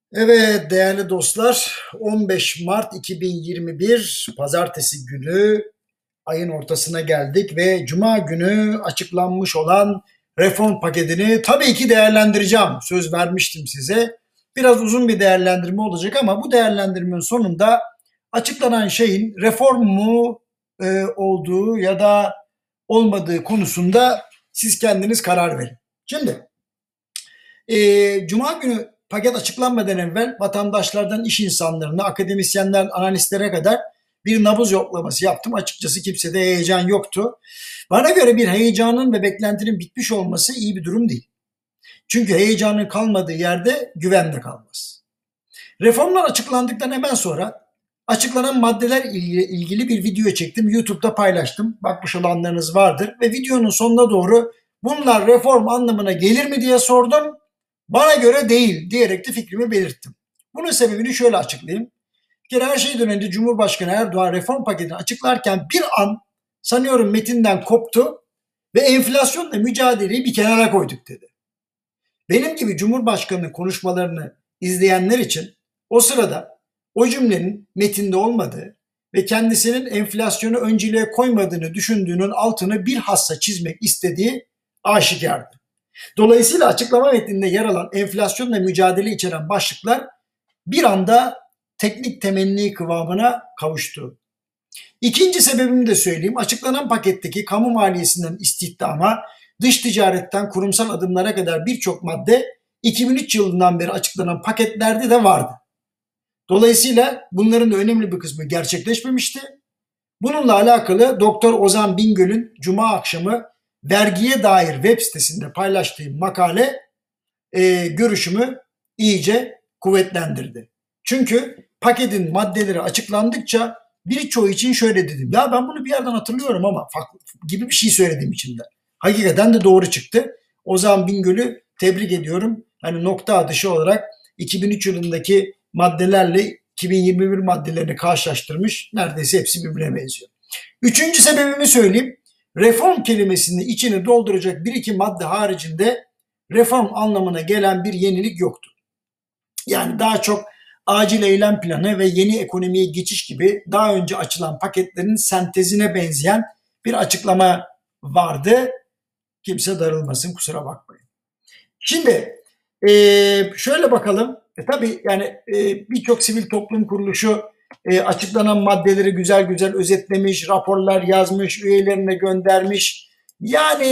Evet değerli dostlar, 15 Mart 2021 Pazartesi günü ayın ortasına geldik ve Cuma günü açıklanmış olan reform paketini tabii ki değerlendireceğim. Söz vermiştim size. Biraz uzun bir değerlendirme olacak ama bu değerlendirmenin sonunda açıklanan şeyin reform mu olduğu ya da olmadığı konusunda siz kendiniz karar verin. Şimdi Cuma günü paket açıklanmadan evvel vatandaşlardan iş insanlarına, akademisyenler, analistlere kadar bir nabız yoklaması yaptım. Açıkçası kimsede heyecan yoktu. Bana göre bir heyecanın ve beklentinin bitmiş olması iyi bir durum değil. Çünkü heyecanın kalmadığı yerde güven de kalmaz. Reformlar açıklandıktan hemen sonra açıklanan maddeler ilgili bir video çektim. YouTube'da paylaştım. Bakmış olanlarınız vardır. Ve videonun sonuna doğru bunlar reform anlamına gelir mi diye sordum. Bana göre değil diyerek de fikrimi belirttim. Bunun sebebini şöyle açıklayayım. Bir kere her şeyden önce Cumhurbaşkanı Erdoğan reform paketini açıklarken bir an sanıyorum metinden koptu ve enflasyonla mücadeleyi bir kenara koyduk dedi. Benim gibi Cumhurbaşkanı'nın konuşmalarını izleyenler için o sırada o cümlenin metinde olmadığı ve kendisinin enflasyonu önceliğe koymadığını düşündüğünün altını bilhassa çizmek istediği aşikardı. Dolayısıyla açıklama metninde yer alan enflasyonla mücadele içeren başlıklar bir anda teknik temenni kıvamına kavuştu. İkinci sebebimi de söyleyeyim. Açıklanan paketteki kamu maliyesinden istihdama, dış ticaretten kurumsal adımlara kadar birçok madde 2003 yılından beri açıklanan paketlerde de vardı. Dolayısıyla bunların da önemli bir kısmı gerçekleşmemişti. Bununla alakalı Doktor Ozan Bingöl'ün Cuma akşamı vergiye dair web sitesinde paylaştığı makale görüşümü iyice kuvvetlendirdi. Çünkü paketin maddeleri açıklandıkça birçoğu için şöyle dedim. Ya ben bunu bir yerden hatırlıyorum ama farklı gibi bir şey söyledim içimden. Hakikaten de doğru çıktı. Ozan Bingöl'ü tebrik ediyorum. Hani nokta atışı olarak 2003 yılındaki maddelerle 2021 maddelerini karşılaştırmış. Neredeyse hepsi birbirine benziyor. Üçüncü sebebimi söyleyeyim. Reform kelimesini içine dolduracak bir iki madde haricinde reform anlamına gelen bir yenilik yoktu. Yani daha çok acil eylem planı ve yeni ekonomiye geçiş gibi daha önce açılan paketlerin sentezine benzeyen bir açıklama vardı. Kimse darılmasın, kusura bakmayın. Şimdi şöyle bakalım. Tabii yani birçok sivil toplum kuruluşu açıklanan maddeleri güzel güzel özetlemiş, raporlar yazmış, üyelerine göndermiş. Yani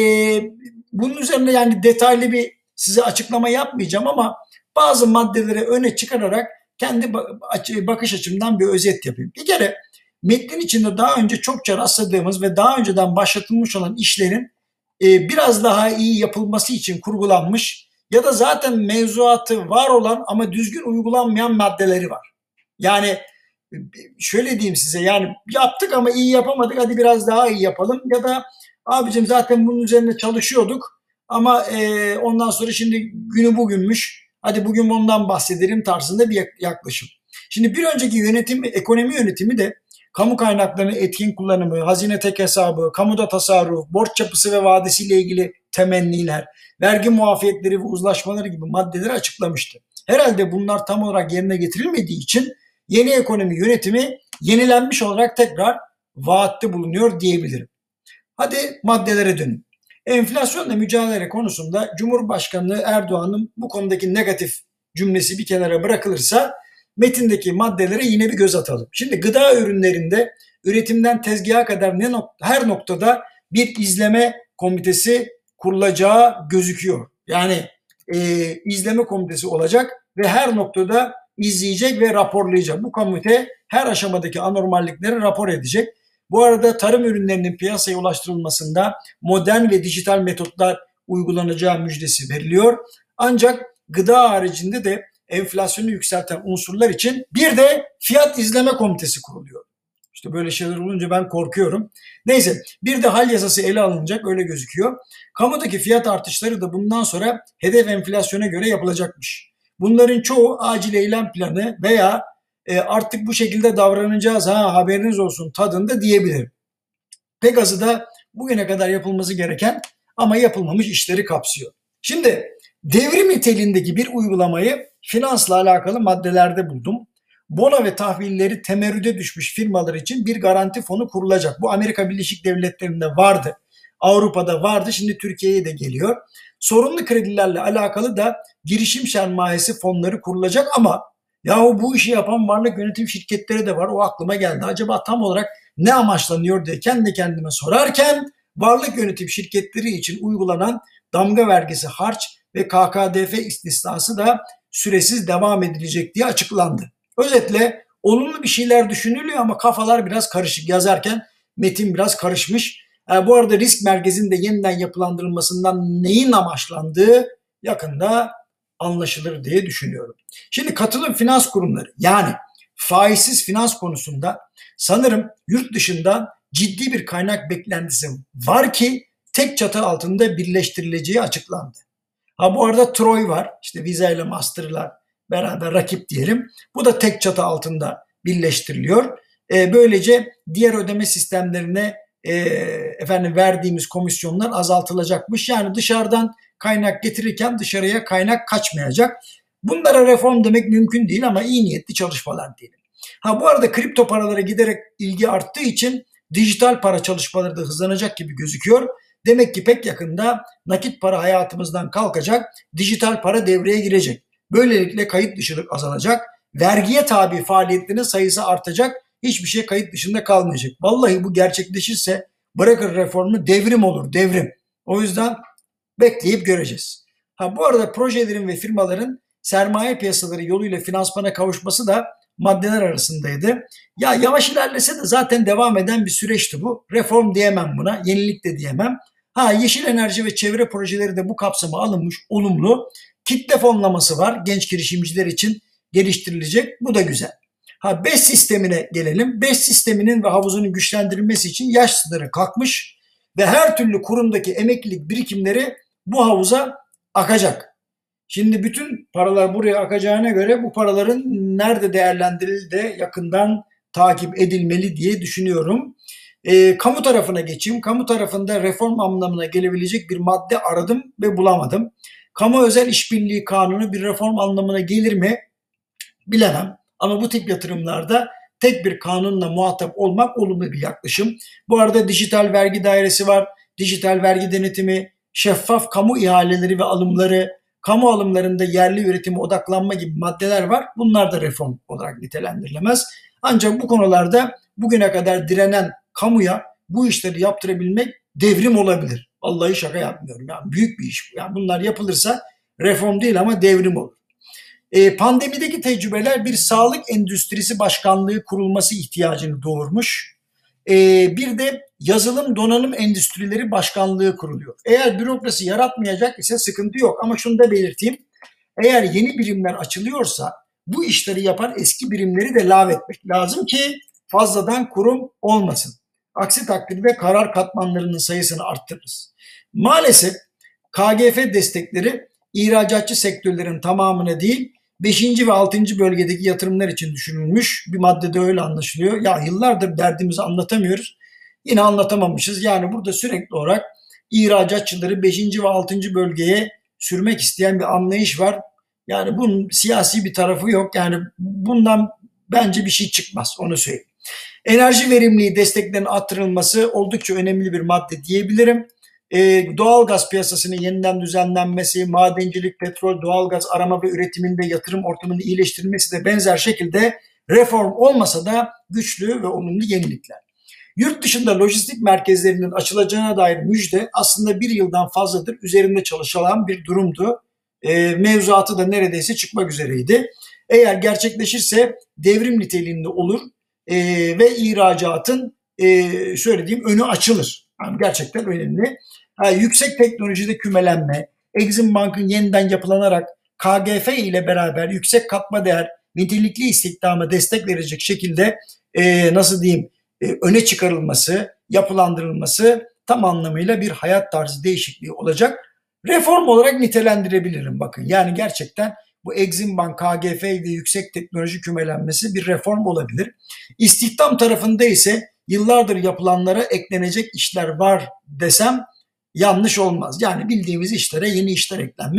bunun üzerine yani detaylı bir size açıklama yapmayacağım ama bazı maddeleri öne çıkararak kendi bakış açımdan bir özet yapayım. Bir kere metnin içinde daha önce çokça rastladığımız ve daha önceden başlatılmış olan işlerin biraz daha iyi yapılması için kurgulanmış ya da zaten mevzuatı var olan ama düzgün uygulanmayan maddeleri var. Yani şöyle diyeyim size, yani yaptık ama iyi yapamadık, hadi biraz daha iyi yapalım ya da abicim zaten bunun üzerine çalışıyorduk ama ondan sonra şimdi günü bugünmüş, hadi bugün bundan bahsedelim tarzında bir yaklaşım. Şimdi bir önceki yönetim, ekonomi yönetimi de kamu kaynaklarının etkin kullanımı, hazine tek hesabı, kamuda tasarruf, borç yapısı ve vadesiyle ilgili temenniler, vergi muafiyetleri ve uzlaşmaları gibi maddeleri açıklamıştı. Herhalde bunlar tam olarak yerine getirilmediği için yeni ekonomi yönetimi yenilenmiş olarak tekrar vaatte bulunuyor diyebilirim. Hadi maddelere dönün. Enflasyonla mücadele konusunda Cumhurbaşkanı Erdoğan'ın bu konudaki negatif cümlesi bir kenara bırakılırsa metindeki maddelere yine bir göz atalım. Şimdi gıda ürünlerinde üretimden tezgaha kadar her noktada bir izleme komitesi kurulacağı gözüküyor. Yani izleme komitesi olacak ve her noktada izleyecek ve raporlayacak. Bu komite her aşamadaki anormallikleri rapor edecek. Bu arada tarım ürünlerinin piyasaya ulaştırılmasında modern ve dijital metotlar uygulanacağı müjdesi veriliyor. Ancak gıda haricinde de enflasyonu yükselten unsurlar için bir de fiyat izleme komitesi kuruluyor. İşte böyle şeyler olunca ben korkuyorum. Neyse, bir de hal yasası ele alınacak, öyle gözüküyor. Kamudaki fiyat artışları da bundan sonra hedef enflasyona göre yapılacakmış. Bunların çoğu acil eylem planı veya artık bu şekilde davranacağız ha haberiniz olsun tadında diyebilirim. Pek azı da bugüne kadar yapılması gereken ama yapılmamış işleri kapsıyor. Şimdi Devrim niteliğindeki bir uygulamayı finansla alakalı maddelerde buldum. Bono ve tahvilleri temerrüde düşmüş firmalar için bir garanti fonu kurulacak. Bu Amerika Birleşik Devletleri'nde vardı. Avrupa'da vardı. Şimdi Türkiye'ye de geliyor. Sorunlu kredilerle alakalı da girişim sermayesi fonları kurulacak ama yahu bu işi yapan varlık yönetim şirketleri de var. O aklıma geldi. Acaba tam olarak ne amaçlanıyor diye kendi kendime sorarken varlık yönetim şirketleri için uygulanan damga vergisi, harç ve KKDF istisnası da süresiz devam edilecek diye açıklandı. Özetle olumlu bir şeyler düşünülüyor ama kafalar biraz karışık. Yazarken metin biraz karışmış. Bu arada risk merkezinin de yeniden yapılandırılmasından neyin amaçlandığı yakında anlaşılır diye düşünüyorum. Şimdi katılım finans kurumları yani faizsiz finans konusunda sanırım yurt dışından ciddi bir kaynak beklentisi var ki tek çatı altında birleştirileceği açıklandı. Bu arada Troy var. İşte Visa ile Master'la beraber rakip diyelim. Bu da tek çatı altında birleştiriliyor. Böylece diğer ödeme sistemlerine verdiğimiz komisyonlar azaltılacakmış. Yani dışarıdan kaynak getirirken dışarıya kaynak kaçmayacak. Bunlara reform demek mümkün değil ama iyi niyetli çalışmalar diyelim. Bu arada kripto paralara giderek ilgi arttığı için dijital para çalışmaları da hızlanacak gibi gözüküyor. Demek ki pek yakında nakit para hayatımızdan kalkacak, dijital para devreye girecek. Böylelikle kayıt dışılık azalacak, vergiye tabi faaliyetlerin sayısı artacak, hiçbir şey kayıt dışında kalmayacak. Vallahi bu gerçekleşirse bırakır reformu devrim olur, devrim. O yüzden bekleyip göreceğiz. Bu arada projelerin ve firmaların sermaye piyasaları yoluyla finansmana kavuşması da maddeler arasındaydı. Ya yavaş ilerlese de zaten devam eden bir süreçti bu. Reform diyemem buna, yenilik de diyemem. Yeşil enerji ve çevre projeleri de bu kapsama alınmış, olumlu. Kitle fonlaması var genç girişimciler için geliştirilecek. Bu da güzel. BES sistemine gelelim. BES sisteminin ve havuzunun güçlendirilmesi için yaş sınırı kalkmış ve her türlü kurumdaki emeklilik birikimleri bu havuza akacak. Şimdi bütün paralar buraya akacağına göre bu paraların nerede değerlendirildiği de yakından takip edilmeli diye düşünüyorum. Kamu tarafına geçeyim. Kamu tarafında reform anlamına gelebilecek bir madde aradım ve bulamadım. Kamu özel işbirliği kanunu bir reform anlamına gelir mi? Bilemem. Ama bu tip yatırımlarda tek bir kanunla muhatap olmak olumlu bir yaklaşım. Bu arada dijital vergi dairesi var. Dijital vergi denetimi, şeffaf kamu ihaleleri ve alımları, kamu alımlarında yerli üretime odaklanma gibi maddeler var. Bunlar da reform olarak nitelendirilemez. Ancak bu konularda bugüne kadar direnen kamuya bu işleri yaptırabilmek devrim olabilir. Vallahi şaka yapmıyorum. Yani büyük bir iş bu. Yani bunlar yapılırsa reform değil ama devrim olur. Pandemideki tecrübeler bir sağlık endüstrisi başkanlığı kurulması ihtiyacını doğurmuş. Bir de yazılım donanım endüstrileri başkanlığı kuruluyor. Eğer bürokrasi yaratmayacak ise sıkıntı yok ama şunu da belirteyim. Eğer yeni birimler açılıyorsa bu işleri yapan eski birimleri de lağvetmek lazım ki fazladan kurum olmasın. Aksi takdirde karar katmanlarının sayısını arttırırız. Maalesef KGF destekleri ihracatçı sektörlerin tamamına değil 5. ve 6. bölgedeki yatırımlar için düşünülmüş. Bir maddede öyle anlaşılıyor. Ya yıllardır derdimizi anlatamıyoruz. Yine anlatamamışız. Yani burada sürekli olarak ihracatçıları 5. ve 6. bölgeye sürmek isteyen bir anlayış var. Yani bunun siyasi bir tarafı yok. Yani bundan bence bir şey çıkmaz. Onu söyleyeyim. Enerji verimliliği desteklerinin artırılması oldukça önemli bir madde diyebilirim. Doğalgaz piyasasının yeniden düzenlenmesi, madencilik, petrol, doğalgaz arama ve üretiminde yatırım ortamının iyileştirilmesi de benzer şekilde reform olmasa da güçlü ve olumlu yenilikler. Yurt dışında lojistik merkezlerinin açılacağına dair müjde aslında bir yıldan fazladır üzerinde çalışılan bir durumdu. Mevzuatı da neredeyse çıkmak üzereydi. Eğer gerçekleşirse devrim niteliğinde olur ve ihracatın söylediğim önü açılır. Yani gerçekten önemli. Yüksek teknolojide kümelenme, Exim Bank'ın yeniden yapılanarak KGF ile beraber yüksek katma değer, nitelikli istihdama destek verecek şekilde öne çıkarılması, yapılandırılması tam anlamıyla bir hayat tarzı değişikliği olacak. Reform olarak nitelendirebilirim bakın. Yani gerçekten bu Exim Bank, KGF ve yüksek teknoloji kümelenmesi bir reform olabilir. İstihdam tarafında ise yıllardır yapılanlara eklenecek işler var desem yanlış olmaz. Yani bildiğimiz işlere yeni işler eklenmiş.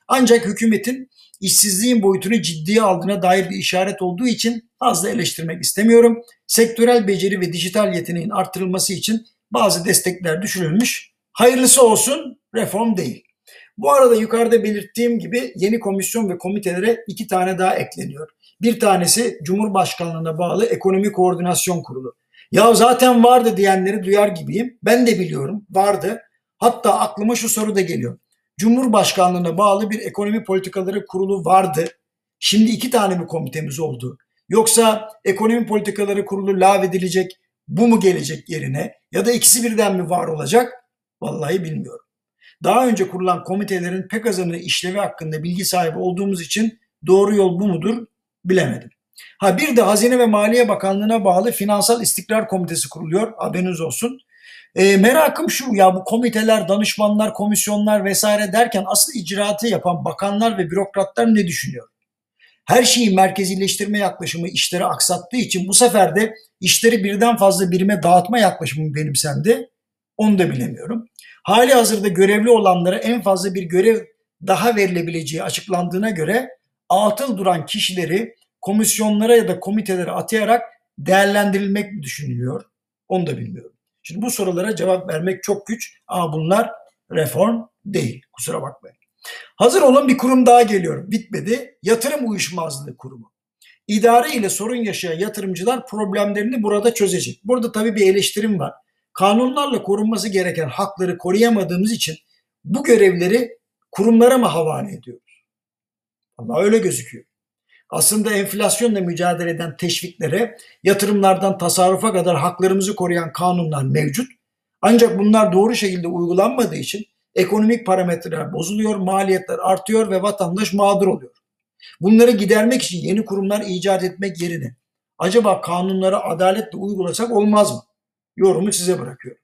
Ancak hükümetin işsizliğin boyutunu ciddiye aldığına dair bir işaret olduğu için fazla eleştirmek istemiyorum. Sektörel beceri ve dijital yeteneğin artırılması için bazı destekler düşürülmüş. Hayırlısı olsun, reform değil. Bu arada yukarıda belirttiğim gibi yeni komisyon ve komitelere 2 tane daha ekleniyor. Bir tanesi Cumhurbaşkanlığına bağlı Ekonomi Koordinasyon Kurulu. Ya zaten vardı diyenleri duyar gibiyim. Ben de biliyorum, vardı. Hatta aklıma şu soru da geliyor. Cumhurbaşkanlığına bağlı bir ekonomi politikaları kurulu vardı. Şimdi 2 tane mi komitemiz oldu? Yoksa ekonomi politikaları kurulu lağvedilecek, bu mu gelecek yerine? Ya da ikisi birden mi var olacak? Vallahi bilmiyorum. Daha önce kurulan komitelerin pek azının işlevi hakkında bilgi sahibi olduğumuz için doğru yol bu mudur bilemedim. Bir de Hazine ve Maliye Bakanlığı'na bağlı Finansal İstikrar Komitesi kuruluyor. Haberiniz olsun. Merakım şu, ya bu komiteler, danışmanlar, komisyonlar vesaire derken asıl icraatı yapan bakanlar ve bürokratlar ne düşünüyor? Her şeyi merkezileştirme yaklaşımı işleri aksattığı için bu sefer de işleri birden fazla birime dağıtma yaklaşımı benimsendi. Onu da bilemiyorum. Hali hazırda görevli olanlara en fazla bir görev daha verilebileceği açıklandığına göre atıl duran kişileri komisyonlara ya da komitelere atayarak değerlendirilmek mi düşünülüyor? Onu da bilmiyorum. Şimdi bu sorulara cevap vermek çok güç ama bunlar reform değil. Kusura bakmayın. Hazır olun, bir kurum daha geliyor. Bitmedi. Yatırım Uyuşmazlığı Kurumu. İdare ile sorun yaşayan yatırımcılar problemlerini burada çözecek. Burada tabii bir eleştirim var. Kanunlarla korunması gereken hakları koruyamadığımız için bu görevleri kurumlara mı havale ediyoruz? Allah öyle gözüküyor. Aslında enflasyonla mücadele eden teşviklere, yatırımlardan tasarrufa kadar haklarımızı koruyan kanunlar mevcut. Ancak bunlar doğru şekilde uygulanmadığı için ekonomik parametreler bozuluyor, maliyetler artıyor ve vatandaş mağdur oluyor. Bunları gidermek için yeni kurumlar icat etmek yerine acaba kanunları adaletle uygulasak olmaz mı? Yorumu size bırakıyorum.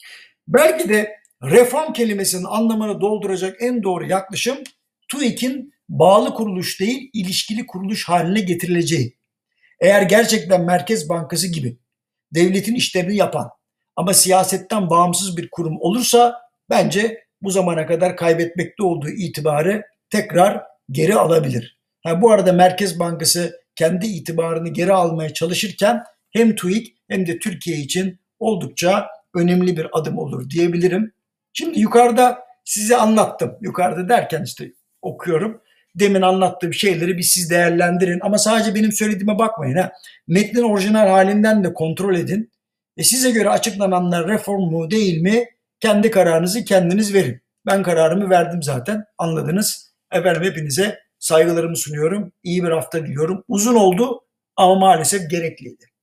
Belki de reform kelimesinin anlamını dolduracak en doğru yaklaşım TÜİK'in bağlı kuruluş değil, ilişkili kuruluş haline getirileceği. Eğer gerçekten Merkez Bankası gibi devletin işlerini yapan ama siyasetten bağımsız bir kurum olursa bence bu zamana kadar kaybetmekte olduğu itibarı tekrar geri alabilir. Bu arada Merkez Bankası kendi itibarını geri almaya çalışırken hem TÜİK hem de Türkiye için oldukça önemli bir adım olur diyebilirim. Şimdi yukarıda size anlattım. Yukarıda derken işte okuyorum. Demin anlattığım şeyleri bir siz değerlendirin. Ama sadece benim söylediğime bakmayın. Metnin orijinal halinden de kontrol edin. Size göre açıklananlar reform mu değil mi? Kendi kararınızı kendiniz verin. Ben kararımı verdim zaten. Anladınız. Efendim, hepinize saygılarımı sunuyorum. İyi bir hafta diliyorum. Uzun oldu ama maalesef gerekliydi.